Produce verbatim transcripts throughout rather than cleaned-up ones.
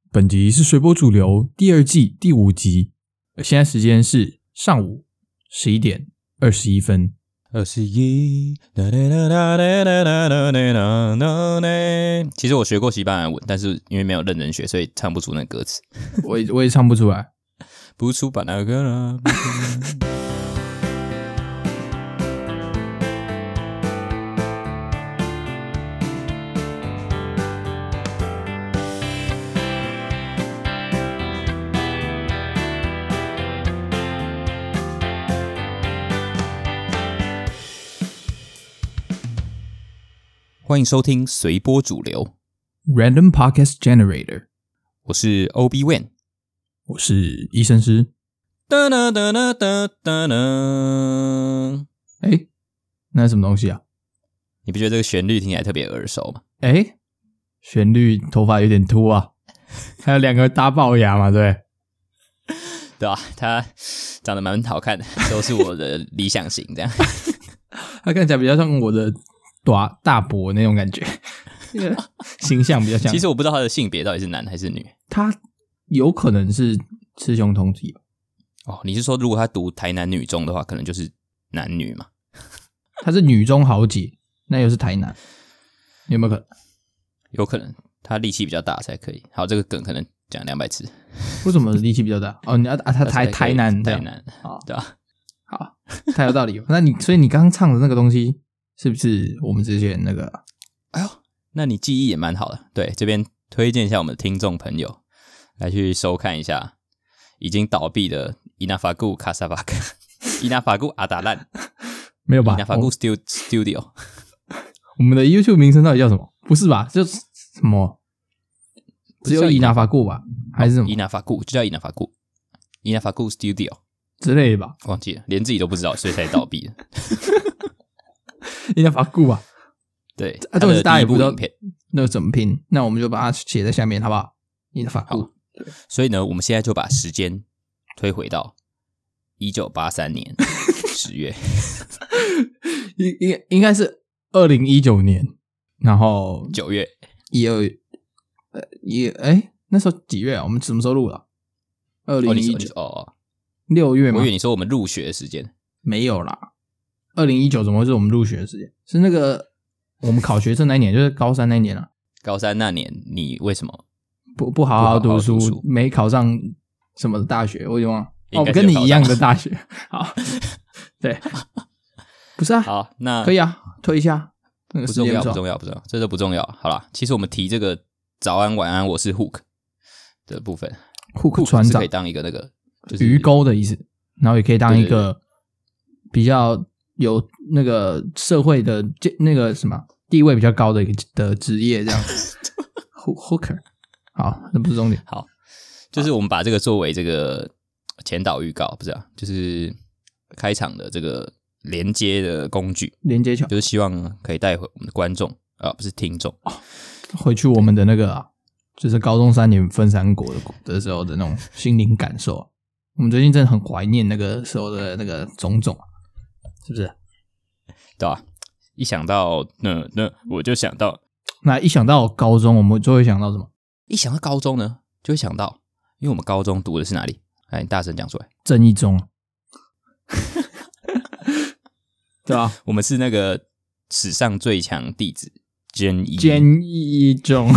本集是随波逐流第二季第五集，现在时间是上午十一点二十一分。 二十一，其实我学过西班牙文，但是因为没有认真学，所以唱不出那歌词。 我也我也唱不出来， 不出把那个啦。欢迎收听随波逐流 Random Podcast Generator， 我是 O B Wen， 我是医生师。 哒哒哒哒哒哒哒。 诶，那是什么东西啊？ 你不觉得这个旋律听起来特别耳熟吗？ 诶，旋律头发有点秃啊，还有两个大龅牙嘛，对不对？ 对啊，他长得蛮好看的，都是我的理想型这样。 他看起来比较像我的大大伯那种感觉，形象比较像。 其实我不知道他的性别到底是男还是女。 他有可能是雌雄同体吧？ 哦，你是说如果他读台南女中的话，可能就是男女嘛？ 他是女中豪杰，那又是台南，有没有可能？ 有可能，他力气比较大才可以。好，这个梗可能讲两百次。 为什么力气比较大？哦，你要啊，他台台南， 台南， 好， 对吧？ 好，太有道理。那你所以你刚刚唱的那个东西，是不是我们之前那个？ 哎呦，那你记忆也蛮好的。对，这边推荐一下我们的听众朋友来去收看一下已经倒闭的伊纳法固卡萨巴克、伊纳法固阿达烂， 没有吧？ 伊纳法固 Studio。 我们的 YouTube 名称到底叫什么？不是吧？就是什么？只有伊纳法固吧？还是什么？ 伊纳法固就叫伊纳法固，伊纳法固 Studio 之类的吧？ 忘记了，连自己都不知道，所以才倒闭了。 伊纳法固吧？ 对， 啊，这是大家也不知道片那个怎么拼，那我们就把它写在下面，好不好？伊纳法固。 所以呢，我们现在就把时间推回到一九八三年十月， 应应应该是二零一九年，然后九月一二呃一哎那时候几月啊？我们什么时候录的？二零一九哦， 六月吗？ 我以为你说我们入学的时间没有啦。二零一九怎么会是我们入学的时间？是那个我们考学测那一年，就是高三那一年啊。 高三那年，你为什么不不好好读书， 不好好读书没考上什么大学？我已经忘了。哦，我跟你一样的大学。好，对，不是啊。 好，那可以啊，推一下。那个不重要，不重要，不重要，这都不重要。好啦，其实我们提这个早安、晚安，我是 Hook 的部分 ，Hook 船长可以当一个那个就是鱼钩的意思，然后也可以当一个比较有那个社会的那个什么地位比较高的一个的职业，这样。Hooker， 好，那不是重点。 好，就是我们把这个作为这个前导预告，不是啊，就是开场的这个连接的工具， 连接桥， 就是希望可以带回我们的观众啊，不是听众、 哦，回去我们的那个、啊，就是高中三年分三国 的, 的时候的那种心灵感受。我们最近真的很怀念那个时候的那个种种，是不是？ 对吧、啊？一想到那那我就想到， 那一想到高中，我们就会想到什么？ 一想到高中呢，就会想到，因为我们高中读的是哪里？来，你大声讲出来。 正义中。对啊， 我们是那个史上最强弟子坚一， 坚一中，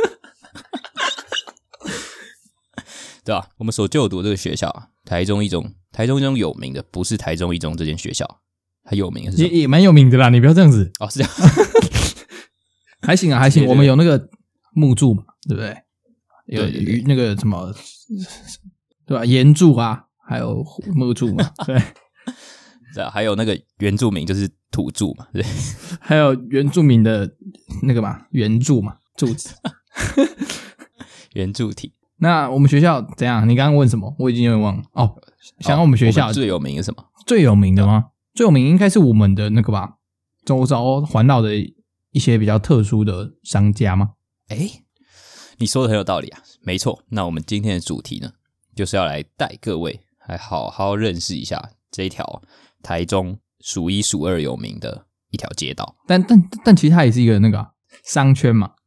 对吧？我们所就读这个学校啊，台中一中，台中一中有名的不是台中一中这间学校，它有名的是什么？ 也也蛮有名的啦，你不要这样子。 哦，是这样， 还行啊，还行。我们有那个木柱嘛，对不对？有对对对那个什么，对吧？岩柱啊，还有木柱嘛，对。 对啊，还有那个原住民就是土著嘛，对， 还有原住民的那个嘛，原柱嘛，柱子， 原住体。 那我们学校怎样？你刚刚问什么？我已经有点忘了。哦，想要我们学校、 哦、我们最有名是什么？ 最有名的吗？最有名应该是我们的那个吧，周遭环绕的一些比较特殊的商家吗？ 诶，你说的很有道理啊，没错。那我们今天的主题呢，就是要来带各位来好好认识一下这一条台中数一数二有名的一条街道。 但但但其实它也是一个那个、啊、商圈嘛，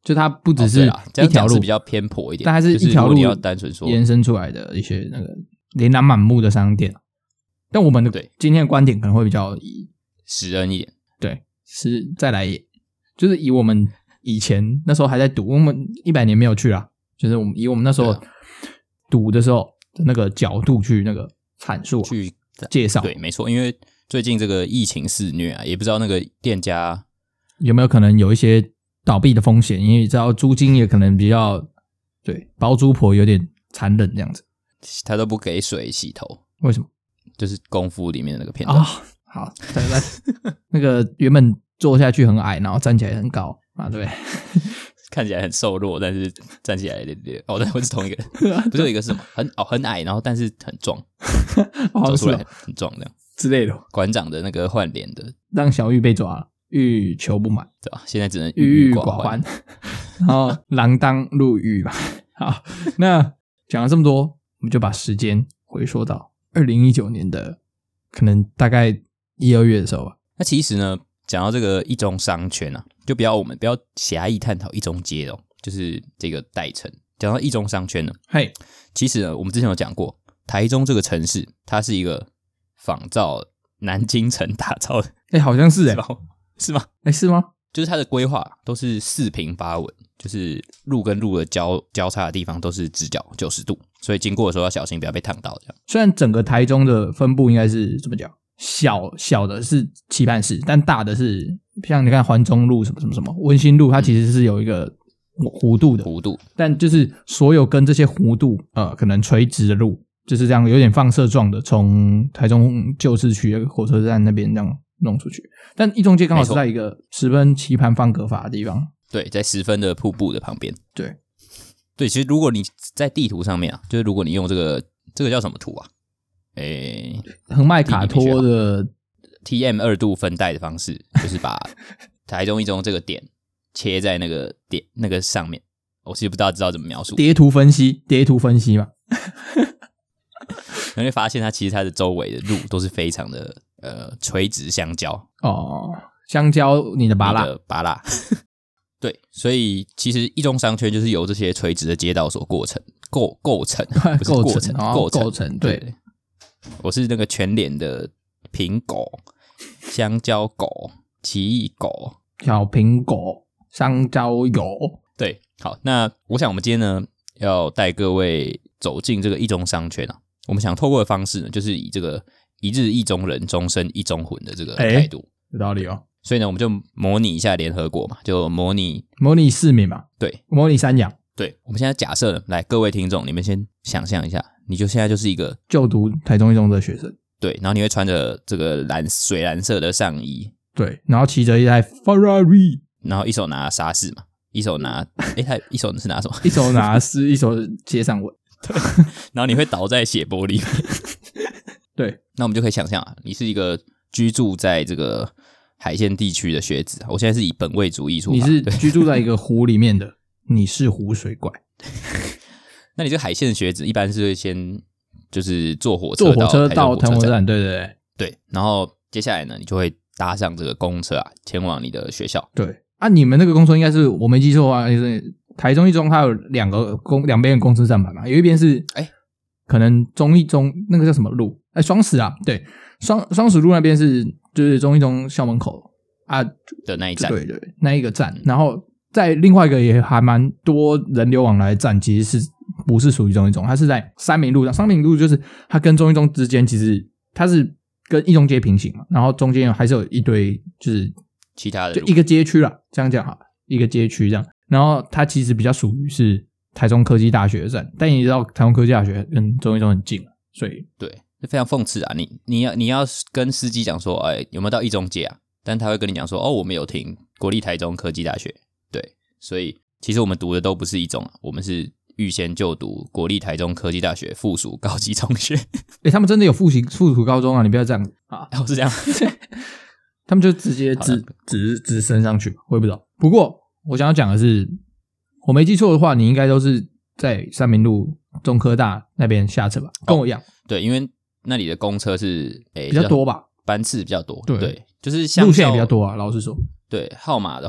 就它不只哦是一条路、 是比较偏颇一点， 但它是一条路你要单纯说延伸出来的一些那个琳琅满目的商店。但我们的今天的观点可能会比较以实恩一点， 对，是再来就是以我们以前那时候还在读，我们一百年没有去啦，就是我们以我们那时候读的时候的那个角度去那个阐述、啊、 去介绍。 对，没错，因为最近这个疫情肆虐啊，也不知道那个店家有没有可能有一些倒闭的风险，因为你知道租金也可能比较对包租婆有点残忍这样子， 他都不给水洗头， 为什么？ 就是功夫里面的那个片段。 哦，好，再来那个原本坐下去很矮，然后站起来很高啊，对， 看起来很瘦弱，但是站起来哦，对，会是同一个人，不是有一个是什么很哦很矮，然后但是很壮，走出来很很壮这样之类的。 馆长的那个换脸的， 让小玉被抓了，欲求不满， 对吧？现在只能郁郁寡寡欢，然后锒铛入狱吧。好，那讲了这么多，我们就把时间回溯到二零一九年的可能大概一二月的时候吧。 那其实呢，讲到这个一中商圈啊，就不要我们不要狭义探讨一中街哦，就是这个代称。讲到一中商圈呢， 嘿， 其实呢，我们之前有讲过，台中这个城市，它是一个仿照南京城打造的， 哎、欸，好像是哎、欸， 是吗？ 哎、欸，是吗？ 就是它的规划都是四平八稳，就是路跟路的交交叉的地方都是直角九十度，所以经过的时候要小心，不要被烫到。这样， 虽然整个台中的分布应该是怎么讲，小小的是棋盘式，但大的是像你看环中路什么什么什么文心路，它其实是有一个弧度的弧度， 但就是所有跟这些弧度呃可能垂直的路，就是这样有点放射状的，从台中旧市区的火车站那边这样弄出去。但一中街刚好是在一个十分棋盘方格法的地方， 对，在十分的瀑布的旁边。 对对，其实如果你在地图上面啊，就是如果你用这个这个叫什么图啊？诶， 横麦卡托的 T M 二度分带的方式，就是把台中一中这个点切在那个点那个上面。我其实不知道知道怎么描述。 叠图分析，叠图分析嘛。 你会发现它其实它的周围的路都是非常的呃垂直相交哦，相交你的拔蜡， 你的拔蜡，对，所以其实一中商圈就是由这些垂直的街道所构成，构构成，不是过程，构成， 构成，对。 对，我是那个全脸的苹果、香蕉狗、奇异狗、 小苹果、香蕉油。 对，好，那我想我们今天呢要带各位走进这个一中商圈啊。我们想透过的方式呢，就是以这个一日一中人，终身一中魂的这个态度， 欸、有道理哦。 所以呢，我们就模拟一下联合国嘛，就模拟模拟市民嘛， 对， 模拟三养。 对，我们现在假设，来各位听众，你们先想象一下，你就现在就是一个就读台中一中的学生， 对，然后你会穿着这个蓝水蓝色的上衣， 对，然后骑着一台 Ferrari， 然后一手拿沙士嘛，一手拿，诶，他一手是拿什么？ 一手拿诗，一手接上吻。 对，然后你会倒在血泊里面。 对， 那我们就可以想象啊，你是一个居住在这个海线地区的学子。我现在是以本位主义出发， 你是居住在一个湖里面的，你是湖水怪。 那你这个海线学子一般是会先就是坐火车坐火车到台中火车站，对对对对，然后接下来呢，你就会搭上这个公车啊，前往你的学校。 对啊，你们那个公车应该是我没记错的话，就是台中一中它有两个公两边的公车站牌嘛，有一边是哎，可能中一中那个叫什么路？哎，双十啊，对，双双十路那边是就是中一中校门口啊的那一站， 对对，那一个站，然后在另外一个也还蛮多人流往来的站，其实是不是属于中一中？它是在三民路上，三民路就是它跟中一中之间，其实它是跟一中街平行嘛，然后中间还是有一堆就是其他的就一个街区啦，这样讲好，一个街区这样。然后它其实比较属于是台中科技大学的站，但你知道台中科技大学跟中一中很近，所以对，非常讽刺啊！你你要你要跟司机讲说，哎，有没有到一中街啊？但他会跟你讲说，哦，我们有停国立台中科技大学。对，所以其实我们读的都不是一中啊，我们是预先就读国立台中科技大学附属高级中学。 诶，他们真的有附属附属高中啊！你不要这样啊！ 哦，是这样， 他们就直接直直直升上去，我也不知道。不过我想要讲的是，我没记错的话，你应该都是在三民路中科大那边下车吧？跟我一样。 哦、对，因为那里的公车是诶比较多吧， 班次比较多。 对， 对就是像路线也比较多啊。老实说， 对号码的话，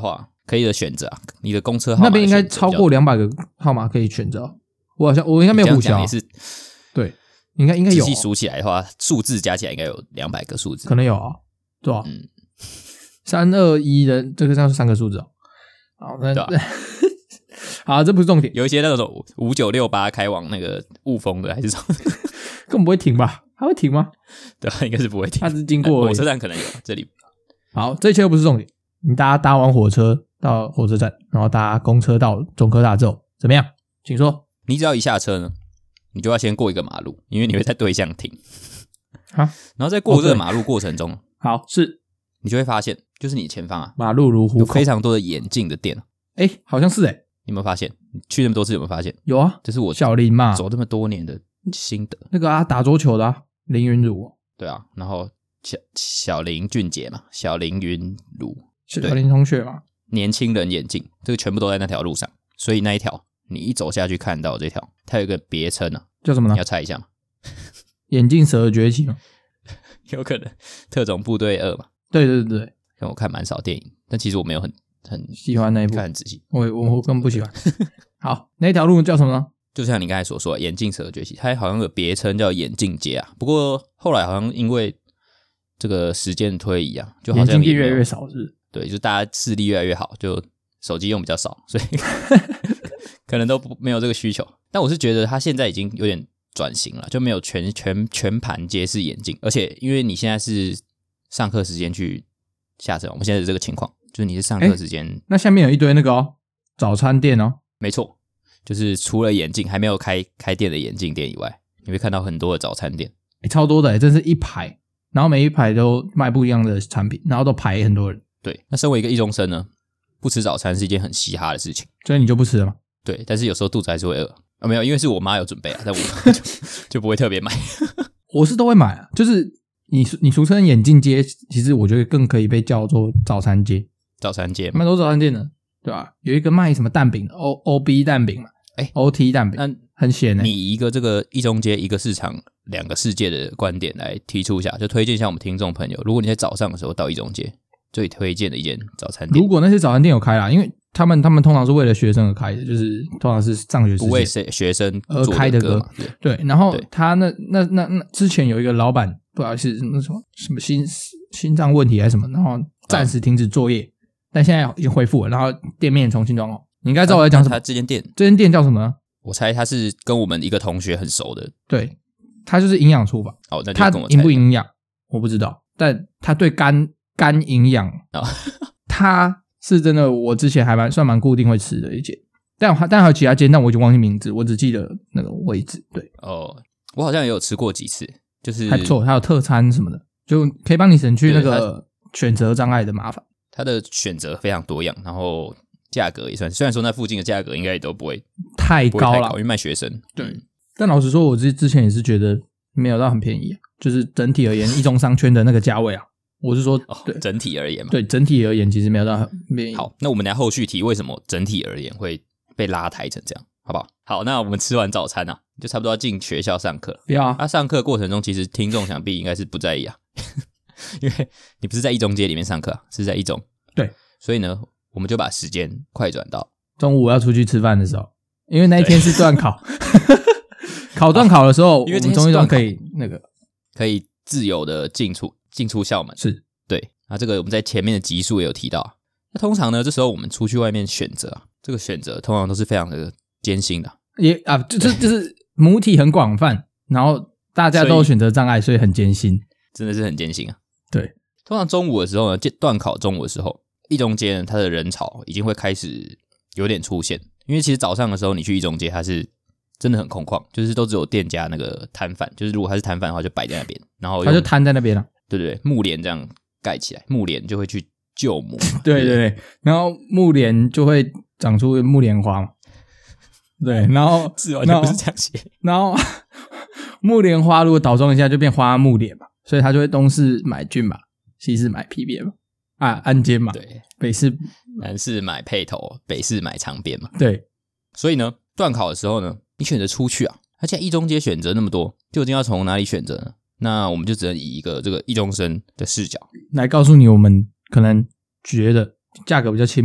可以的选择啊，你的公车号码那边应该超过两百个号码可以选择、哦。我好像我应该没有互相、啊， 也是对，应该应该有、哦。 仔细数起来的话，数字加起来应该有两百个数字， 可能有啊，对吧、啊？ 嗯， 三二一的这个像是三个数字哦。好，那、啊、好，这不是重点。 有一些那种五九六八开往那个雾峰的，还是什么， 根本不会停吧？它会停吗？ 对，应该是不会停。 它是经过火车站可能有，这里。 好，这一切都不是重点。你大家搭完火车到火车站，然后搭公车到中科大之后，怎么样？请说。 你只要一下车呢，你就要先过一个马路，因为你会在对向停。 啊， 然后在过这个马路过程中，哦、 好是， 你就会发现，就是你前方啊， 马路如虎口， 有非常多的眼镜的店。 哎，好像是哎， 你有没有发现？你去那么多次有没有发现？ 有啊， 这是我小林嘛， 走这么多年的心得。 那个啊，打桌球的啊，林云儒， 对啊，然后小小林俊杰嘛，小林云儒， 小林同学嘛， 年轻人眼镜，这个全部都在那条路上，所以那一条你一走下去看到这条，它有一个别称啊， 叫什么呢？ 你要猜一下吗？ 眼镜蛇的崛起吗？ 有可能特种部队二嘛？ 对对对对， 看我看蛮少电影，但其实我没有很很喜欢那一部， 看很仔细。 我我我根本不喜欢。好，那条路叫什么呢？ 就像你刚才所说的，眼镜蛇的崛起，它好像有别称叫眼镜街啊。不过后来好像因为这个时间推移啊，就好像眼镜越来越少，是不是？ 对，就大家视力越来越好，就手机用比较少，所以可能都不没有这个需求。但我是觉得它现在已经有点转型了，就没有全全全盘皆是眼镜，而且因为你现在是上课时间去下车，我们现在的这个情况就是你是上课时间， 那下面有一堆那个哦早餐店哦， 没错，就是除了眼镜还没有开开店的眼镜店以外，你会看到很多的早餐店， 欸、超多的诶，真是一排，然后每一排都卖不一样的产品，然后都排很多人。 对，那身为一个一中生呢，不吃早餐是一件很嘻哈的事情， 所以你就不吃了吗？ 对，但是有时候肚子还是会饿啊，没有，因为是我妈有准备啊，但我就就不会特别买。 我是都会买啊，就是你你俗称眼镜街，其实我觉得更可以被叫做早餐街。 早餐街蛮多早餐店的，对吧？有一个卖什么蛋饼的 ，O O B 蛋饼嘛， 哎 ，O T 蛋饼， 那很咸诶、欸。 你以一个这个一中街一个市场两个世界的观点来提出一下，就推荐一下我们听众朋友，如果你在早上的时候到一中街，最推荐的一间早餐店。 如果那些早餐店有开啦，因为他们他们通常是为了学生而开的，就是通常是上学时间不为学生而开的歌嘛， 对。对，然后他那那那那之前有一个老板，不好意思，那什么什么心心脏问题还是什么，然后暂时停止作业，嗯、但现在已经恢复了，然后店面重新装潢。你应该知道我在讲什么？ 他这间店， 这间店叫什么呢？ 我猜他是跟我们一个同学很熟的， 对，他就是营养厨吧。 哦，那就他跟我猜营不营养我不知道，但他对肝肝营养， 哦、 他是真的，我之前还蛮算蛮固定会吃的一间，但但还有其他间，但我已经忘记名字，我只记得那个位置。对， 哦，我好像也有吃过几次，就是还不错，还有特餐什么的，就可以帮你省去那个选择障碍的麻烦。 它的选择非常多样，然后价格也算，虽然说那附近的价格应该也都不会太高了， 因为卖学生。 对， 嗯、 但老实说，我之之前也是觉得没有到很便宜、啊，就是整体而言，一中商圈的那个价位啊，我是说， 哦， 对， 整体而言嘛， 对，整体而言其实没有到很便宜。 好，那我们来后续提为什么整体而言会被拉抬成这样，好不好？好，那我们吃完早餐啊，就差不多要进学校上课。 不要啊！ 啊，上课过程中，其实听众想必应该是不在意啊，因为你不是在一中街里面上课、啊，是在一中。 对， 所以呢，我们就把时间快转到中午要出去吃饭的时候，因为那一天是段考，考段考的时候， 因为我们中一段可以那个可以自由的进出进出校门， 是对。啊，这个我们在前面的集数也有提到、啊。那通常呢，这时候我们出去外面选择啊，这个选择通常都是非常的艰辛的、啊， 也啊，就是就是母体很广泛，然后大家都有选择障碍，所以很艰辛， 真的是很艰辛啊。 对， 通常中午的时候呢，段考中午的时候，一中街呢，它的人潮已经会开始有点出现，因为其实早上的时候你去一中街，它是真的很空旷，就是都只有店家那个摊贩，就是如果他是摊贩的话，就摆在那边，然后他就摊在那边了， 对对对，木帘这样盖起来，木帘就会去救母， 对对对，然后木帘就会长出木莲花嘛，对，然后是完全不是这样写， 然后木莲花如果倒装一下就变花木莲嘛，所以他就会东市买骏马，西市买皮鞭嘛，啊鞍鞯嘛， 对， 北市南市买配头，北市买长鞭嘛， 对， 所以呢，段考的时候呢，你选择出去啊，而且一中街选择那么多，究竟要从哪里选择呢？那我们就只能以一个这个一中生的视角来告诉你，我们可能觉得价格比较亲民，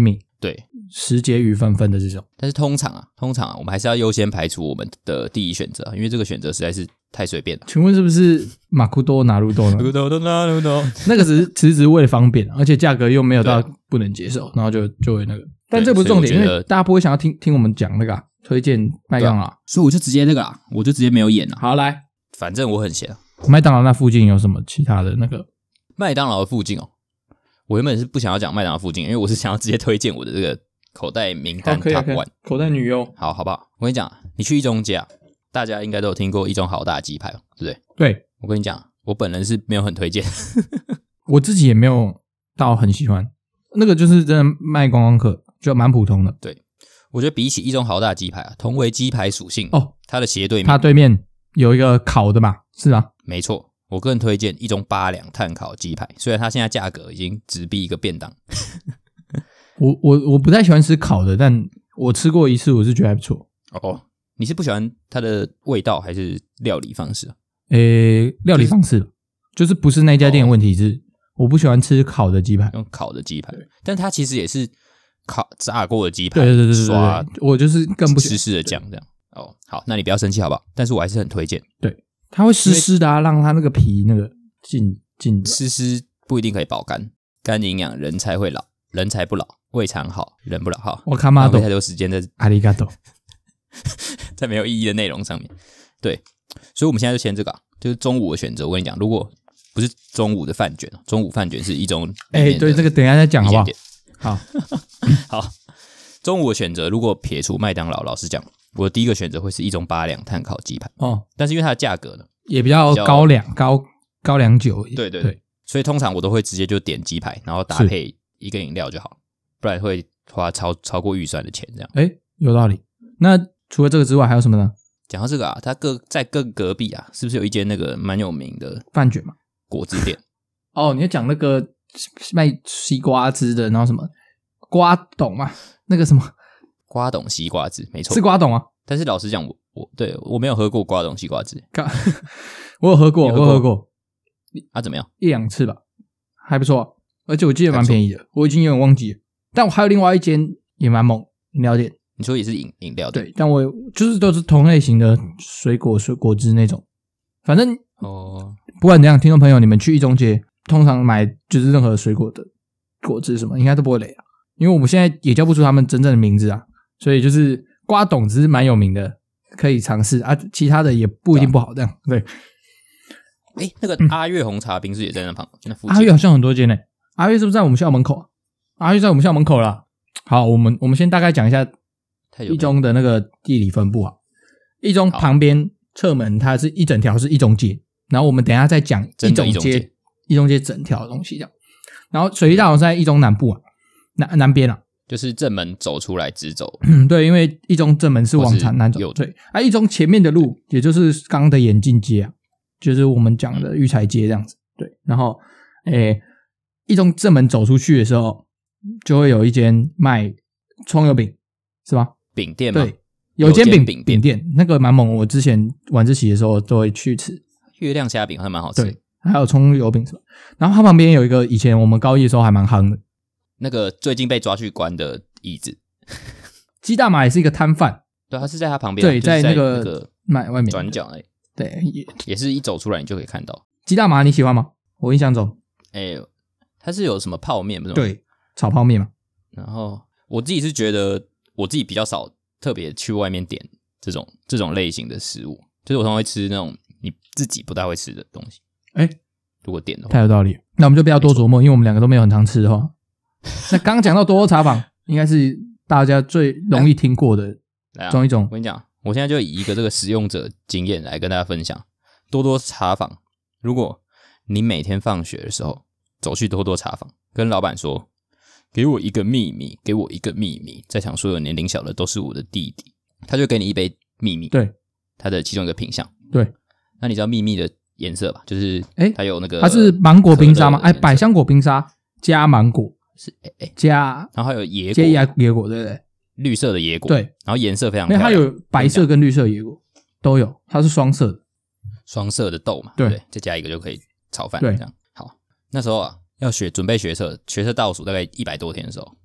对， 时节雨纷纷的这种。 但是通常啊，通常啊，我们还是要优先排除我们的第一选择、啊，因为这个选择实在是太随便了。 请问是不是马库多拿路多呢？那个只是其实只是为了方便，而且价格又没有到不能接受，然后就就会那个。但这不是重点，因为大家不会想要听听我们讲那个、啊、推荐麦当劳、啊，所以我就直接那个啊，我就直接没有演了、啊。好，来， 反正我很闲、啊。 麦当劳那附近有什么其他的那个？ 麦当劳的附近哦，我原本是不想要讲麦当劳附近，因为我是想要直接推荐我的这个口袋名单 Top One，、啊、 口袋女优。 好，好不好？我跟你讲，你去一中街啊，大家应该都有听过一中好大鸡排，对不对？ 对， 我跟你讲，我本人是没有很推荐， 我自己也没有到很喜欢，那个就是真的卖观光客，就蛮普通的。 对，我觉得比起一中好大鸡排啊，同为鸡排属性哦， 它的斜对面， 它对面有一个烤的嘛，是啊， 没错。我个人推荐一中八两炭烤鸡排，虽然它现在价格已经直逼一个便当。 我我我不太喜欢吃烤的，但我吃过一次，我是觉得还不错。 哦，你是不喜欢它的味道还是料理方式啊？ 诶，料理方式、就是、就是不是那家店的问题，是、哦、我不喜欢吃烤的鸡排， 用烤的鸡排，但它其实也是烤炸过的鸡排， 对对对对对， 刷我就是更不湿湿的酱这样。哦，好，那你不要生气好不好？但是我还是很推荐。 对。它会湿湿的啊，让它那个皮那个进进湿湿不一定可以保肝，肝营养人才会老，人才不老，胃肠好人不老哈。 我看嘛， 浪费太多时间在阿里嘎多， 在没有意义的内容上面。对，所以我们现在就签这个、啊，就是中午的选择。我跟你讲，如果不是中午的饭卷，中午饭卷是一中， 哎、欸，对，这个等一下再讲好不好？好， 好，中午的选择，如果撇除麦当劳，老实讲。我的第一个选择会是一中八两炭烤鸡排哦，但是因为它的价格呢也比较高粱高高粱酒， 对对 对, 对，所以通常我都会直接就点鸡排，然后搭配一个饮料就好，不然会花超超过预算的钱这样。 哎，有道理。那除了这个之外还有什么呢？ 讲到这个啊，它各在各隔壁啊，是不是有一间那个蛮有名的饭卷嘛果汁店？ 哦，你要讲那个卖西瓜汁的，然后什么瓜董嘛，那个什么。 瓜董西瓜汁，没错， 是瓜董啊。 但是老实讲，我我对我没有喝过瓜董西瓜汁， 我有喝过，我有喝过啊，怎么样？ 一两次吧，还不错，而且我记得蛮便宜的，我已经有点忘记了。但我还有另外一间也蛮猛饮料店， 你说也是饮饮料店？ 对，但我就是都是同类型的水果水果汁那种，反正哦， 不管怎样，听众朋友，你们去一中街，通常买就是任何水果的果汁什么，应该都不会雷啊，因为我们现在也叫不出他们真正的名字啊。所以就是瓜董只是蛮有名的，可以尝试啊，其他的也不一定不好。这样对。 哎、欸，那个阿月红茶冰是也在那旁、嗯、那附近。 阿月好像很多间呢、欸，阿月是不是在我们校门口、啊？阿月在我们校门口啦。好，我们我们先大概讲一下一中的那个地理分布啊。一中旁边侧门它是一整条是一中街，然后我们等一下再讲一中街一中街整条的东西这样。然后水利大楼在一中南部啊，南南边啊。 就是正门走出来直走， 嗯，对，因为一中正门是往南走，对，啊，一中前面的路也就是刚刚的眼镜街啊，就是我们讲的育才街这样子，对，然后，诶，一中正门走出去的时候，就会有一间卖葱油饼，是吧？ 饼店吗？ 对，有一间饼饼饼店，那个蛮猛，我之前晚自习的时候都会去吃。 月亮虾饼还蛮好吃， 对，还有葱油饼什么，然后它旁边有一个以前我们高一的时候还蛮夯的。 那个最近被抓去关的椅子， 鸡大马也是一个摊贩， 对，他是在他旁边， 对， 就是、在那个卖外面转角那里， 对， 也也是一走出来你就可以看到。 鸡大马你喜欢吗？我印象中， 哎、欸，它是有什么泡面，不是吗？ 对，炒泡面嘛。 然后我自己是觉得，我自己比较少特别去外面点这种这种类型的食物，就是我通常会吃那种你自己不大会吃的东西。哎、欸，如果点的话， 太有道理了。那我们就不要多琢磨，因为我们两个都没有很常吃的话。那刚刚讲到多多茶坊，应该是大家最容易听过的中一种。 我跟你讲，我现在就以一个这个使用者经验来跟大家分享多多茶坊。如果你每天放学的时候走去多多茶坊，跟老板说：“给我一个秘密，给我一个秘密，在场所有年龄小的都是我的弟弟。”他就给你一杯秘密， 对， 它的其中一个品项。 对， 那你知道秘密的颜色吧？就是哎， 它有那个， 它是芒果冰沙吗？哎，百香果冰沙加芒果。 是诶诶， 加然后还有野果， 加野果，对不对？ 绿色的野果， 对， 然后颜色非常漂亮， 因为它有白色跟绿色野果都有，它是双色的， 双色的豆嘛， 对， 对，再加一个就可以炒饭， 对， 这样好。那时候啊，要学准备学测，学测倒数大概一百多天的时候，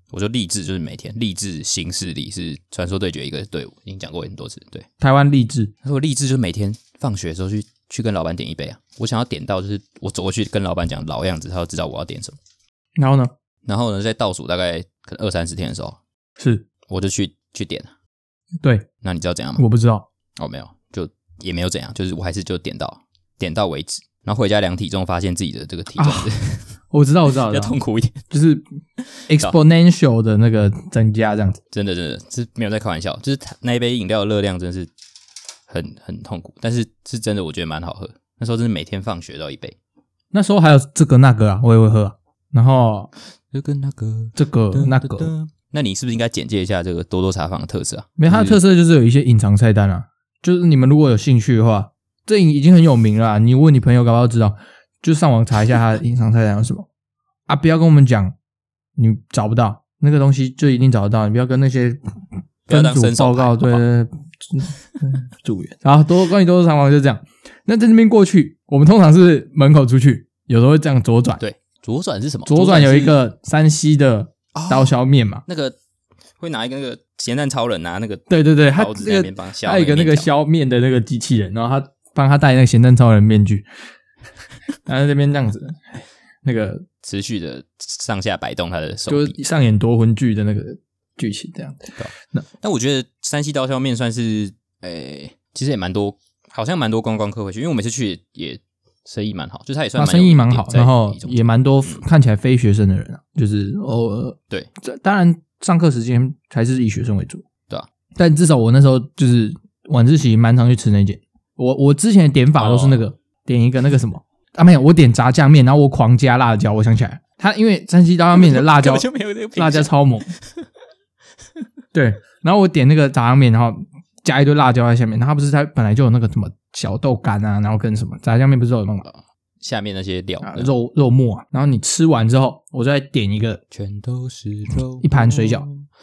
我就励志就是每天励志新势力是传说对决一个队伍，已经讲过很多次。对， 台湾励志， 他说励志就是每天放学的时候去去跟老板点一杯啊。我想要点到就是我走过去跟老板讲老样子，他就知道我要点什么。 然后呢？ 然后呢，在倒数大概可能二三十天的时候， 是我就去去点了。 对， 那你知道怎样吗？ 我不知道。 哦，没有，就也没有怎样，就是我还是就点到点到为止。然后回家量体重，发现自己的这个体重是、啊、 我知道，我知道， 比较痛苦一点， 就是 exponential 的那个增加这样子。 真的，真的是没有在开玩笑，就是那一杯饮料的热量真的是很很痛苦，但是是真的，我觉得蛮好喝。那时候真是每天放学到一杯。 那时候还有这个那个啊，我也会喝、啊。然后这个那个这个那个， 那你是不是应该简介一下这个多多茶坊的特色啊？ 没，它的特色就是有一些隐藏菜单啊，就是你们如果有兴趣的话，这已经很有名了啦，你问你朋友搞不好知道，就上网查一下它的隐藏菜单有什么啊，不要跟我们讲你找不到那个东西，就一定找得到，你不要跟那些分组报告对对对组员。然后多关于多多茶坊就这样。那在那边过去，我们通常是门口出去，有时候会这样左转。 对，左转是什么？ 左转有一个山西的刀削面嘛， 哦、那个会拿一个那个咸蛋超人拿那个对对对，他刀子在那边帮削， 他有一个那个削面的那个机器人，然后他帮他戴那个咸蛋超人面具，然后在这边这样子，那个持续的上下摆动他的手臂， 就上演夺魂剧的那个剧情这样子。 那但我觉得山西刀削面算是，诶，其实也蛮多。好像蛮多观光客会去，因为我每次去 也, 也生意蛮好，就是它也算蛮、啊、 生意蛮好，然后也蛮多看起来非学生的人啊，就是偶尔对， 当然上课时间还是以学生为主， 对啊。 但至少我那时候就是晚自习蛮常去吃那间。我我之前的点法都是那个、哦、点一个那个什么啊，没有，我点炸酱面，然后我狂加辣椒。我想起来，它因为山西刀削面的辣椒辣椒超猛，对，然后我点那个炸酱面，然后加一堆辣椒在下面，然后它不是它本来就有那个什么小豆干啊，然后跟什么炸酱面不是有那种下面那些料、 啊、肉肉末啊，然后你吃完之后，我再点一个全都是肉一盘水饺，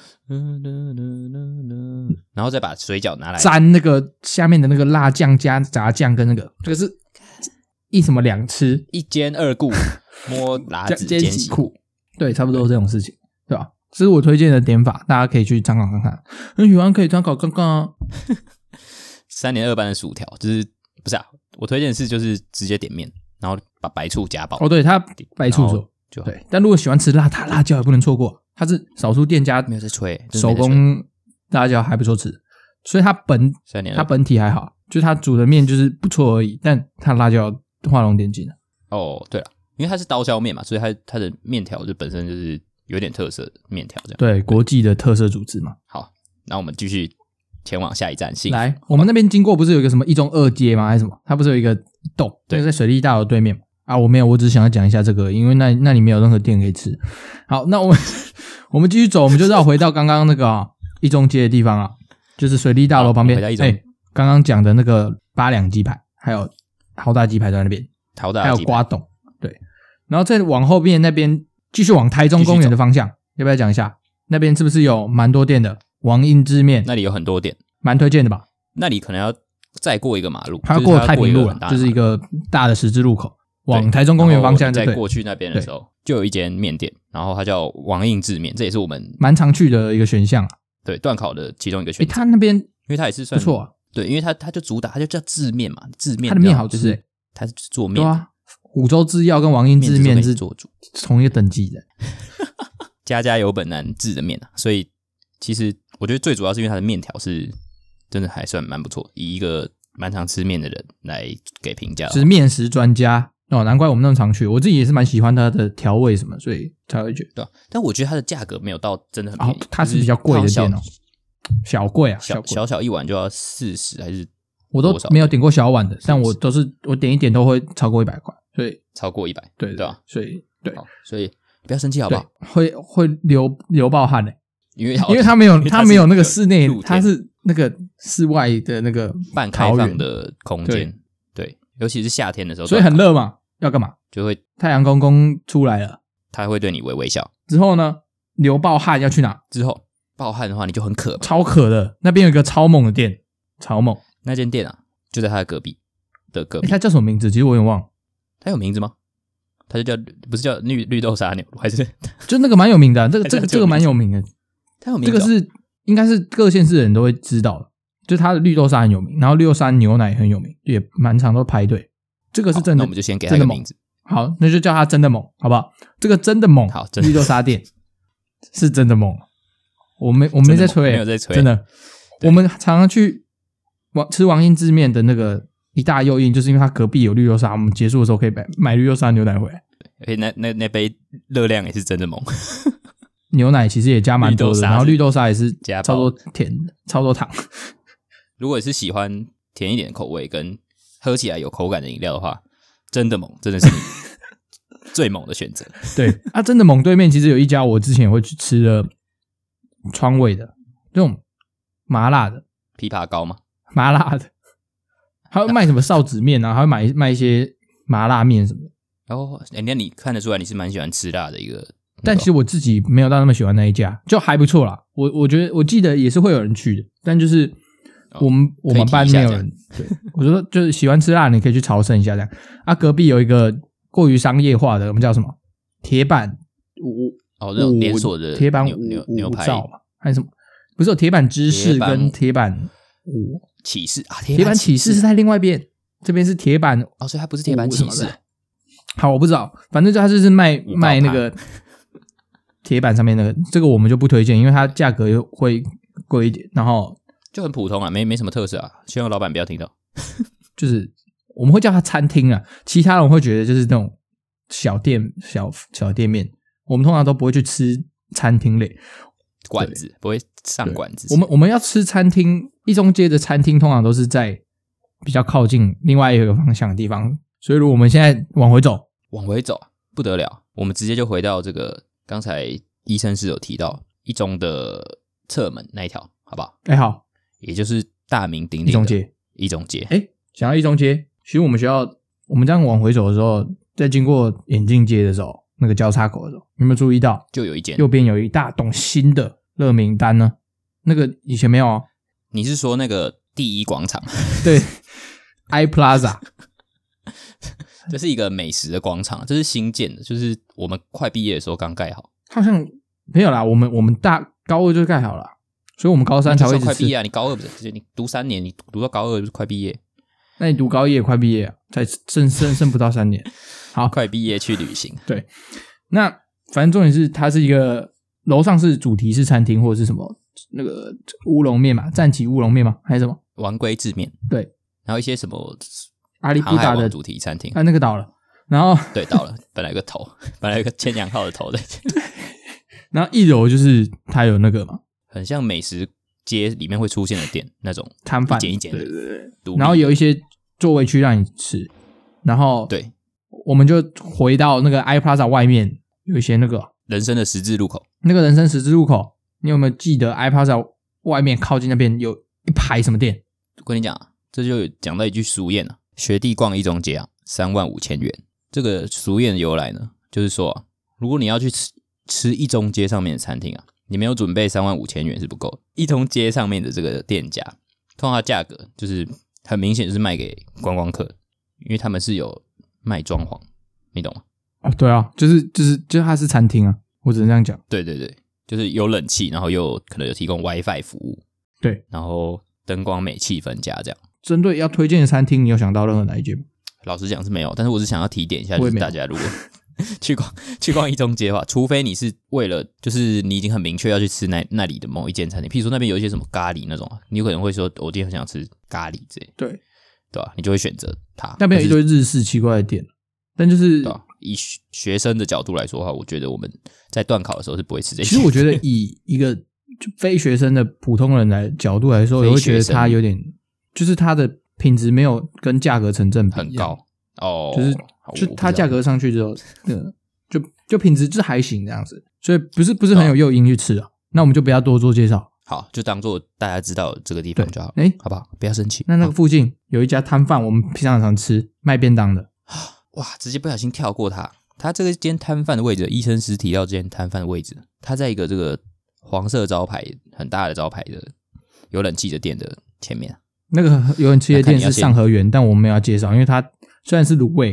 然后再把水饺拿来沾那个下面的那个辣酱加炸酱跟那个这个是一什么两吃一煎二顾摸辣子煎洗裤，对，差不多这种事情，对吧？这是我推荐的点法，大家可以去参考看看。很喜欢可以参考看看啊。 三年二班的薯条，就是不是啊？我推荐的是就是直接点面，然后把白醋加爆。 哦，对，它白醋做就对。但如果喜欢吃辣，它辣椒也不能错过。它是少数店家没有在吹手工辣椒还不错吃，所以它本它本体还好，就是它煮的面就是不错而已，但它的辣椒画龙点睛了。 哦，对了，因为它是刀削面嘛，所以它它的面条就本身就是有点特色的面条这样。 对，国际的特色组织嘛。 好，那我们继续前往下一站。 来，我们那边经过不是有一个什么一中二街吗？还是什么？它不是有一个洞？对，在水利大楼对面啊。我没有，我只是想要讲一下这个，因为那那里没有任何店可以吃。好，那我们我们继续走，我们就绕回到刚刚那个、啊、一中街的地方啊，就是水利大楼旁边。哎，刚刚讲的那个八两鸡排，还有豪大鸡排在那边， 豪大还有瓜董，对。然后再往后边那边继续往台中公园的方向，要不要讲一下？那边是不是有蛮多店的？王英之面那里有很多店， 蛮推荐的吧？ 那里可能要再过一个马路， 它要过太平路了，就是一个大的十字路口，往台中公园方向就对。 在过去那边的时候，就有一间面店，然后它叫王英之面，这也是我们蛮常去的一个选项啊。 对，段考的其中一个选项。 它那边因为它也是算不错啊， 对，因为它它就主打，它就叫制面嘛，制面它的面好吃、欸， 就是它是做面对啊。五洲制药跟王英制面是做主同一个等级的， 家家有本难治的面啊，所以其实我觉得最主要是因为它的面条是真的还算蛮不错，以一个蛮常吃面的人来给评价， 是面食专家哦，难怪我们那么常去。我自己也是蛮喜欢它的调味什么，所以才会觉得。 对、啊，但我觉得它的价格没有到真的很便宜， 哦、它是比较贵的店哦，小贵啊， 小小小一碗就要四十还是？ 我都没有点过小碗的，但我都是我点一点都会超过一百块，所以超过一百， 对对吧？ 所以对， 所以不要生气好不好？ 会会流流爆汗的、欸， 因为因为它没有它没有那个室内，它是那个室外的那个半开放的空间，对，对，尤其是夏天的时候， 所以很热嘛，要干嘛？ 就会太阳公公出来了， 他会对你微微笑。之后呢，流爆汗要去哪？ 之后爆汗的话，你就很渴， 超渴的。那边有一个超猛的店，超猛， 那间店啊。就在他的隔壁的隔壁、 欸，他叫什么名字？其实我有点忘了。 他有名字吗？ 它就叫不是叫绿绿豆沙牛乳，还是就那个蛮有名的、啊，这个这个这个蛮有名的， 它有名字、哦， 这个是应该是各县市的人都会知道的，就它的绿豆沙很有名，然后绿豆沙牛奶也很有名，也蛮常都排队。这个是真的， 那我们就先给它一个名字。 好，那就叫它真的猛，好不好？这个真的猛， 好，真的绿豆沙店是真的猛。我没我没在吹、欸， 没有在吹， 真的。我们常常去王吃王英之面的那个一大诱因，就是因为它隔壁有绿豆沙，我们结束的时候可以买买绿豆沙牛奶回来。 而且那那那杯热量也是真的猛， 牛奶其实也加蛮多的，然后绿豆沙也是加超多甜的，超多糖。 如果是喜欢甜一点的口味跟喝起来有口感的饮料的话，真的猛，真的是你最猛的选择。 对啊，真的猛对面其实有一家我之前也会去吃的川味的，这种麻辣的枇杷膏吗？ 麻辣的，还会卖什么臊子面啊，还会买卖一些麻辣面什么的。 然后人家你看得出来你是蛮喜欢吃辣的一个， 但其实我自己没有到那么喜欢那一家，就还不错啦。我我觉得我记得也是会有人去的，但就是我们、哦、我们班没有人。对，我说就是喜欢吃辣，你可以去朝圣一下这样。啊，隔壁有一个过于商业化的，我们叫什么铁板五哦，那种连锁的铁板牛牛牛排嘛，还是什么？不是有铁板芝士跟铁板五起士啊？ 铁板起士是在另外一边，这边是铁板哦，所以它不是铁板起士。 好，我不知道，反正就它就是卖卖那个铁板上面那个，这个我们就不推荐，因为它价格又会贵一点，然后就很普通啊，没没什么特色啊，希望老板不要听到。 就是我们会叫它餐厅啊，其他人会觉得就是那种小店小小店面，我们通常都不会去吃餐厅类馆子，不会上馆子。 我们我们要吃餐厅，一中街的餐厅通常都是在比较靠近另外一个方向的地方。所以如果我们现在往回走往回走不得了，我们直接就回到这个刚才医生是有提到一中的侧门那一条，好不好？ 哎、欸，好， 也就是大名鼎鼎的一中街。 一中街， 哎、欸，想要一中街，其实我们学校我们这样往回走的时候，在经过眼镜街的时候，那个交叉口的时候，有没有注意到？ 就有一间， 右边有一大栋新的热名单呢？那个以前没有哦。 你是说那个第一广场？ 对 ，I Plaza。 这是一个美食的广场，这是新建的，就是我们快毕业的时候刚盖好。 好像没有啦，我们我们大高二就盖好了，所以我们高三才会一直吃。 快毕业啊！你高二不是你读三年，你读到高二就是快毕业。 那你读高一也快毕业啊，才剩剩剩不到三年。好， 快毕业去旅行。 对，那反正重点是它是一个楼上是主题式餐厅或者是什么那个乌龙面嘛，战旗乌龙面嘛，还是什么丸龟制面？ 对， 然后一些什么。 阿里布达的主题餐厅， 啊，那个倒了，然后对倒了，本来有个头，本来有个千阳号的头在， 然后一楼就是它有那个嘛， 很像美食街里面会出现的店那种摊贩， 一间一间的， 对对对，然后有一些座位区让你吃，然后对， 我们就回到那个 I Plaza 外面有一些那个人生的十字路口， 那个人生十字路口，你有没有记得 I Plaza 外面靠近那边有一排什么店？ 我跟你讲，这就讲到一句俗谚啊。学弟逛一中街啊，三万五千元。这个俗谚的由来呢，就是说、啊，如果你要去吃吃一中街上面的餐厅啊，你没有准备三万五千元是不够的。一中街上面的这个店家，通常价格就是很明显就是卖给观光客，因为他们是有卖装潢，你懂吗？ 哦，对啊，就是就是就是它是餐厅啊，我只能这样讲。 对对对，就是有冷气，然后又可能有提供 WiFi 服务， 对， 然后灯光美，气氛佳这样。 针对要推荐的餐厅，你有想到任何哪一间吗？ 老实讲是没有，但是我是想要提点一下，就是大家如果去逛去逛一中街的话，除非你是为了就是你已经很明确要去吃那那里的某一间餐厅，譬如说那边有一些什么咖喱那种，你有可能会说我今天很想吃咖喱之类， 对对吧？你就会选择它。 那边有一堆日式奇怪的店，但就是对吧？以学生的角度来说的话，我觉得我们在段考的时候是不会吃这些。 其实我觉得以一个就非学生的普通人来角度来说，我会觉得它有点。就是它的品质没有跟价格成正比， 很高哦， 就是就它价格上去之后，呃，就就品质就是还行这样子，所以不是不是很有诱因去吃啊。那我们就不要多做介绍， 好，就当做大家知道这个地方就好， 哎， 好不好？不要生气。 那那个附近有一家摊贩，我们平常常吃卖便当的， 哇，直接不小心跳过它。它这个间摊贩的位置，医生师提到这间摊贩的位置，它在一个这个黄色招牌很大的招牌的有冷气的店的前面。 那个有人吃的店是上河园，但我们没有要介绍，因为它虽然是卤味，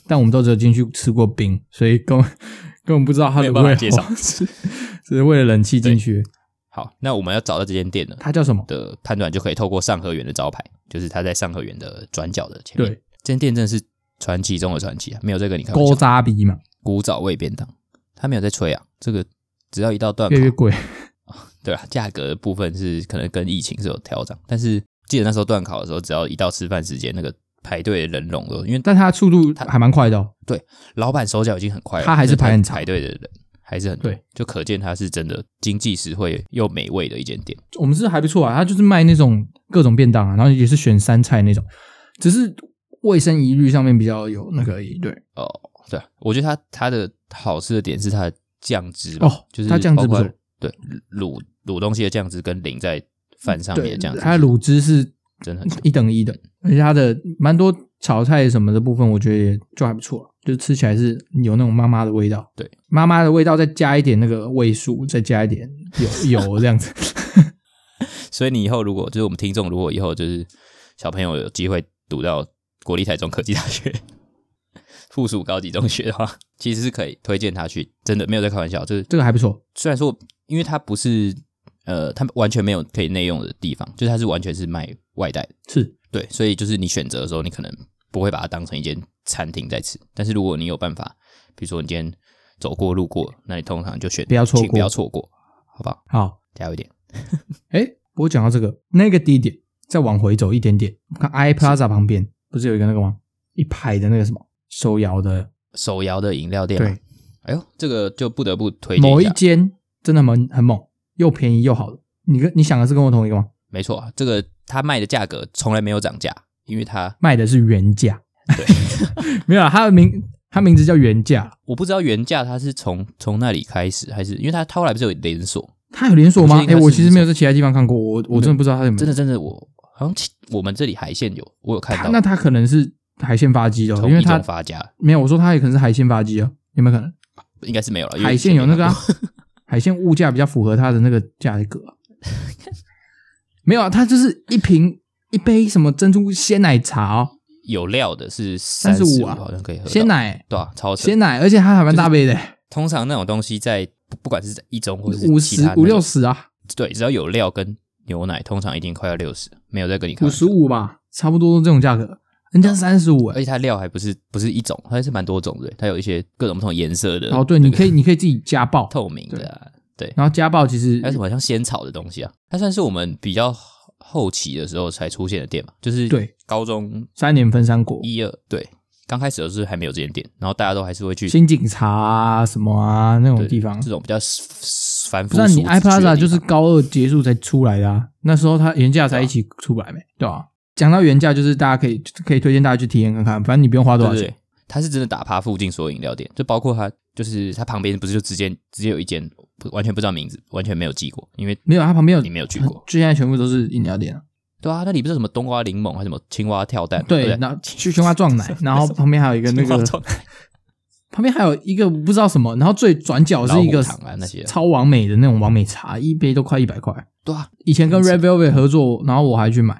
但我们都只有进去吃过冰，所以根本根本不知道它的味介绍， 只是为了冷气进去。 好，那我们要找到这间店呢， 它叫什么的判断就可以透过上河园的招牌，就是它在上河园的转角的前面。 对， 这间店真的是传奇中的传奇啊，没有在跟你开玩笑。 勾扎比嘛， 古早味便当，他没有在吹啊，这个只要一道断烤， 越越贵。 对啊，价格的部分是可能跟疫情是有调整，但是记得那时候断烤的时候，只要一到吃饭时间，那个排队的人龙都，因为但它速度还蛮快的哦。 对，老板手脚已经很快了， 他还是排很长， 排队的人还是很多， 对， 就可见它是真的经济实惠又美味的一间店。 我们是还不错啊，他就是卖那种各种便当啊，然后也是选三菜那种，只是卫生疑虑上面比较有那个而已。对， 哦，对，我觉得它它的好吃的点是它的酱汁哦， 就是它酱汁不错， 对，卤卤东西的酱汁跟淋在饭上面的酱汁， 它的卤汁是真的很一等一的，而且它的蛮多炒菜什么的部分，我觉得也就还不错，就是吃起来是有那种妈妈的味道， 对， 妈妈的味道，再加一点那个味素，再加一点油油这样子。 所以你以后如果就是我们听众，如果以后就是小朋友有机会读到国立台中科技大学附属高级中学的话，其实是可以推荐他去，真的没有在开玩笑，就是这个还不错。 虽然说，因为它不是呃，它完全没有可以内用的地方，就是它是完全是卖外带的， 是对，所以就是你选择的时候，你可能不会把它当成一间餐厅在吃，但是如果你有办法，比如说你今天走过路过，那你通常就选不要错过， 不要错过，好不好？ 好， 加油一点。 哎，不过讲到这个，那个地点再往回走一点点，看 iPlaza 旁边不是有一个那个吗？一排的那个什么手摇的手摇的饮料店嘛， 对， 哎呦，这个就不得不推荐一下某一间真的很很猛，又便宜又好的。你跟你想的是跟我同一个吗？ 没错，这个他卖的价格从来没有涨价，因为他卖的是原价。 对， 没有啦，他的名他名字叫原价， 我不知道原价他是从从那里开始，还是因为他他后来不是有连锁？ 他有连锁吗？哎，我其实没有在在其他地方看过，我我真的不知道他有没有。 真的真的，我好像我们这里海鲜有，我有看到。 那他可能是海鲜发鸡的，因为他发家没有。我说他也可能是海鲜发鸡哦，有没有可能？ 应该是没有了。 海鲜有那个、啊、海鲜物价比较符合他的那个价格、啊。没有啊，它就是一瓶一杯什么珍珠鲜奶茶哦， 有料的是三十五啊，好像可以喝鲜奶， 对啊，超鲜奶，而且它还蛮大杯的、就是。 通常那种东西在不管是在一中或者是五十五六十啊， 对，只要有料跟牛奶，通常一定快要六十，没有在跟你开五十五吧，差不多这种价格。人家三十五， 而且它料还不是不是一种，它是蛮多种的，它有一些各种不同颜色的。 哦，对，你可以你可以自己加爆， 透明的、啊。对， 然后家暴其实还有什么像仙草的东西啊？它算是我们比较后期的时候才出现的店嘛，就是对高中三年分三国一二对，刚开始的时候还没有这间店，然后大家都还是会去新警察啊什么啊那种地方， 这种比较繁复。 不是你 iPlaza 就是高二结束才出来的啊，那时候它原价才一起出来没，对吧、啊？讲到原价，就是大家可以可以推荐大家去体验看看，反正你不用花多少钱。 对对对，它是真的打趴附近所有饮料店，就包括它。就是它旁边不是就直接直接有一间完全不知道名字，完全没有记过，因为没有它旁边有你没有去过， 就现在全部都是饮料店啊。 对啊，那里不是什么冬瓜柠檬还是什么青蛙跳蛋？ 对，然后去青蛙撞奶，然后旁边还有一个那个，旁边还有一个不知道什么，然后最转角是一个超完美的那种完美茶，一杯都快一百块。 对啊， 以前跟 Red Velvet 合作，然后我还去买。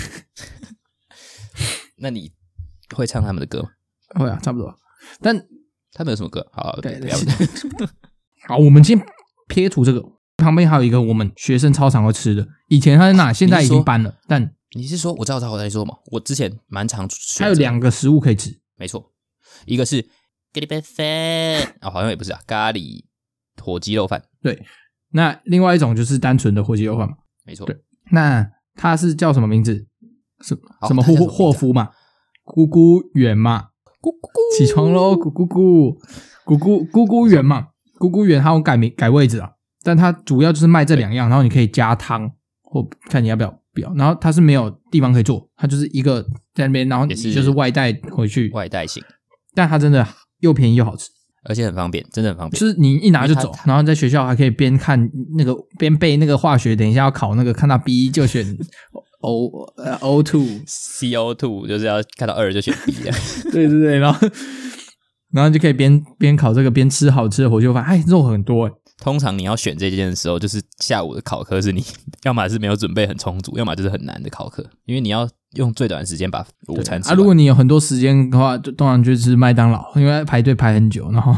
那你会唱他们的歌吗？ 会啊，差不多。但他们有什么歌？好， 对对， 好，我们先撇除这个，旁边还有一个我们学生超常会吃的，以前他在那，现在已经搬了。但你是说，我知道，知道我在说嘛？我之前蛮常， 还有两个食物可以吃， 没错，一个是咖喱白饭，哦，好像也不是啊，咖喱火鸡肉饭。 对，那另外一种就是单纯的火鸡肉饭嘛， 没错。 对，那它是叫什么名字？什什么霍霍夫嘛，咕咕圆嘛。咕咕咕，起床喽！咕咕咕，咕咕咕咕圆嘛，咕咕圆它有改名改位置啊，但它主要就是卖这两样，然后你可以加汤或看你要不要不要，然后它是没有地方可以做，它就是一个在那边，然后你就是外带回去， 外带型， 但它真的又便宜又好吃， 而且很方便，真的很方便， 就是你一拿就走，然后在学校还可以边看那个边背那个化学，等一下要考那个，看到 B 就选。O 呃 O 二 C O 二 就是要看到二就选 B 的， 对对对，然后然后就可以边边烤这个边吃好吃的火鸡肉饭，哎，肉很多哎， 通常你要选这件的时候，就是下午的考科是你要么是没有准备很充足，要么就是很难的考科，因为你要用最短的时间把午餐吃完。 啊，如果你有很多时间的话，就通常就吃麦当劳，因为排队排很久，然后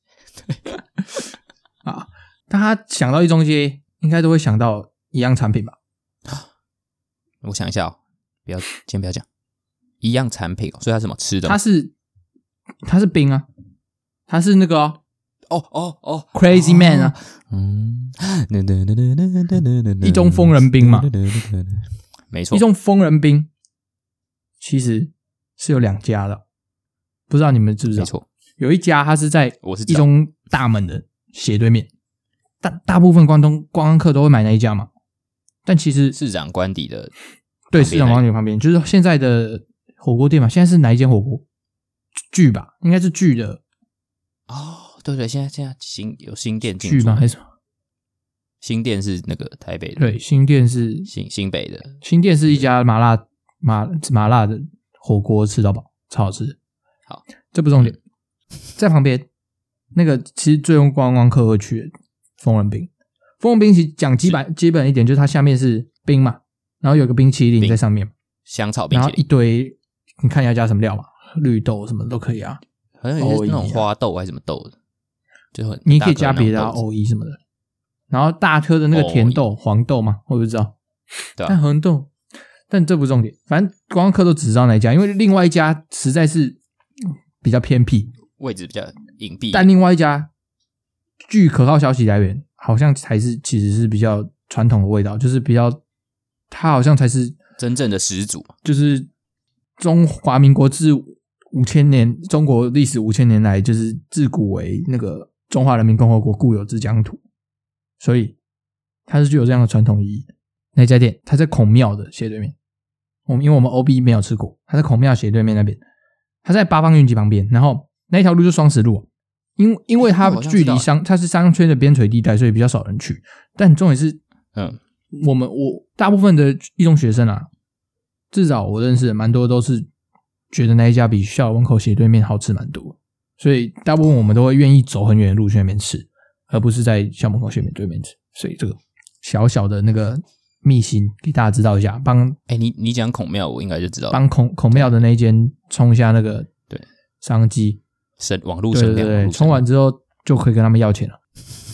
啊，大家想到一中街，应该都会想到一样产品吧？ 我想一下哦，不要，先不要讲一样产品、哦，所以它是什么吃的？ 它是它是冰啊，它是那个哦哦哦哦 ，Crazy Man 啊， 嗯， 一中疯人冰嘛， 没错， 一中疯人冰其实是有两家的，不知道你们知不知道？ 没错， 有一家它是在我是一中大门的斜对面，大大部分关东观光客都会买那一家嘛。但其实市长官邸的对市长官邸旁边，就是现在的火锅店嘛。现在是哪一间火锅？剧吧，应该是剧的。 哦，对对，现在现在新有新店进剧吗？还是什么？ 新店是那个台北的， 对，新店是新新北的。 新店是一家麻辣麻麻辣的火锅，吃到饱，超好吃。 好， 这不重点，在旁边那个其实最用观光客会去的疯人冰。疯人冰其实讲基本基本一点，就是它下面是冰嘛，然后有个冰淇淋在上面， 香草冰淇淋， 然后一堆，你看你要加什么料嘛，绿豆什么都可以啊， 好像有些那种花豆还是什么豆的，就很你可以加别的啊，藕衣什么的。然后大颗的那个甜豆、黄豆嘛，我不知道， 对啊， 但红豆，但这不重点，反正观光客都只知道那一家，因为另外一家实在是比较偏僻， 位置比较隐蔽， 但另外一家据可靠消息来源，好像才是其实是比较传统的味道，就是比较，它好像才是真正的始祖， 就是中华民国自五千年，中国历史五千年来，就是自古为那个中华人民共和国固有之疆土，所以它是具有这样的传统意义的。那家店它在孔庙的斜对面，我们因为我们 O B 没有吃过，它在孔庙斜对面那边，它在八方云集旁边，然后那条路就双十路。因因为它距离商，它是商圈的边陲地带，所以比较少人去。但重点是， 嗯， 我们我大部分的一中学生啊，至少我认识的蛮多都是觉得那一家比校门口斜对面好吃蛮多，所以大部分我们都会愿意走很远的路去那边吃，而不是在校门口斜对面吃。所以这个小小的那个秘辛给大家知道一下，帮哎、欸，你你讲孔庙，我应该就知道， 帮孔孔庙的那一间冲一下那个对商机。 声网络声量， 对对对，冲完之后就可以跟他们要钱了。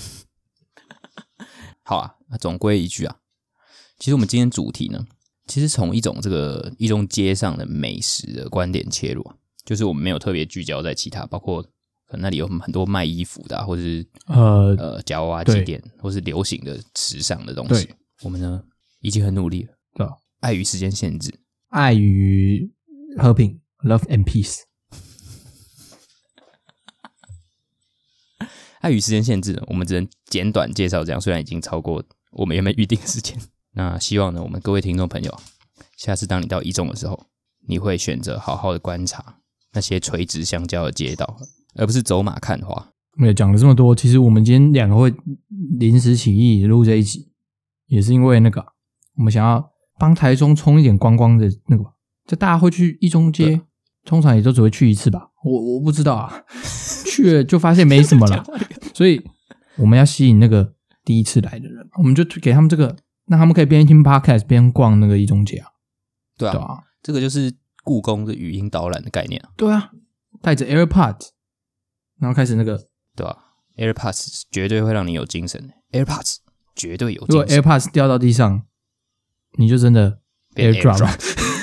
好啊，那总归一句啊，其实我们今天主题呢，其实从一种这个一中街上的美食的观点切入，就是我们没有特别聚焦在其他，包括可能那里有很多卖衣服的、啊，或者是呃呃夹娃娃机店，或是流行的时尚的东西。我们呢已经很努力了， 对吧？ 碍于时间限制， 碍于和平 ，love and peace。 碍于时间限制，我们只能简短介绍这样，虽然已经超过我们原本预定的时间。那希望呢，我们各位听众朋友，下次当你到一中的时候，你会选择好好的观察那些垂直相交的街道，而不是走马看花。 没有讲了这么多，其实我们今天两个会临时起意录这一集，也是因为那个我们想要帮台中冲一点观光的那个，就大家会去一中街，通常也都只会去一次吧，我我不知道啊。去了就发现没什么了，所以我们要吸引那个第一次来的人，我们就给他们这个，让他们可以边听 podcast 边逛那个一中街啊。 对啊，对啊，这个就是故宫的语音导览的概念啊。 对啊，带着 AirPods， 然后开始那个， 对啊 AirPods 绝对会让你有精神 ，AirPods 绝对有精神。 如果 AirPods 掉到地上，你就真的 AirDrop。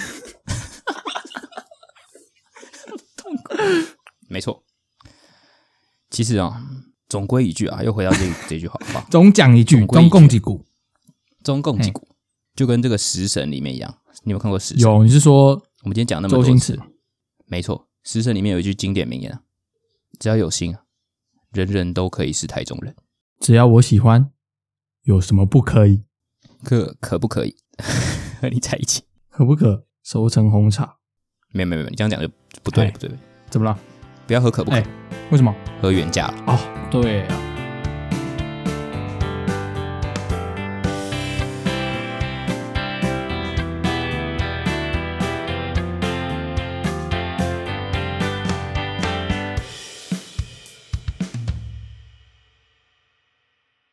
没错。其实啊，总归一句啊，又回到这这句话吧。 总讲一句，中共几股， 中共几股，就跟这个食神里面一样。你有没有看过食神？ 有，你是说我们今天讲那么多周星驰？ 没错，食神里面有一句经典名言啊，只要有心啊，人人都可以是台中人。 只要我喜欢，有什么不可以？ 可可不可以和你在一起？ 可不可熟成红茶？ 没有没有没有，你这样讲就不对不对。 怎么了？ 不要喝可不可？ 为什么？ 喝原价了。 哦，对啊。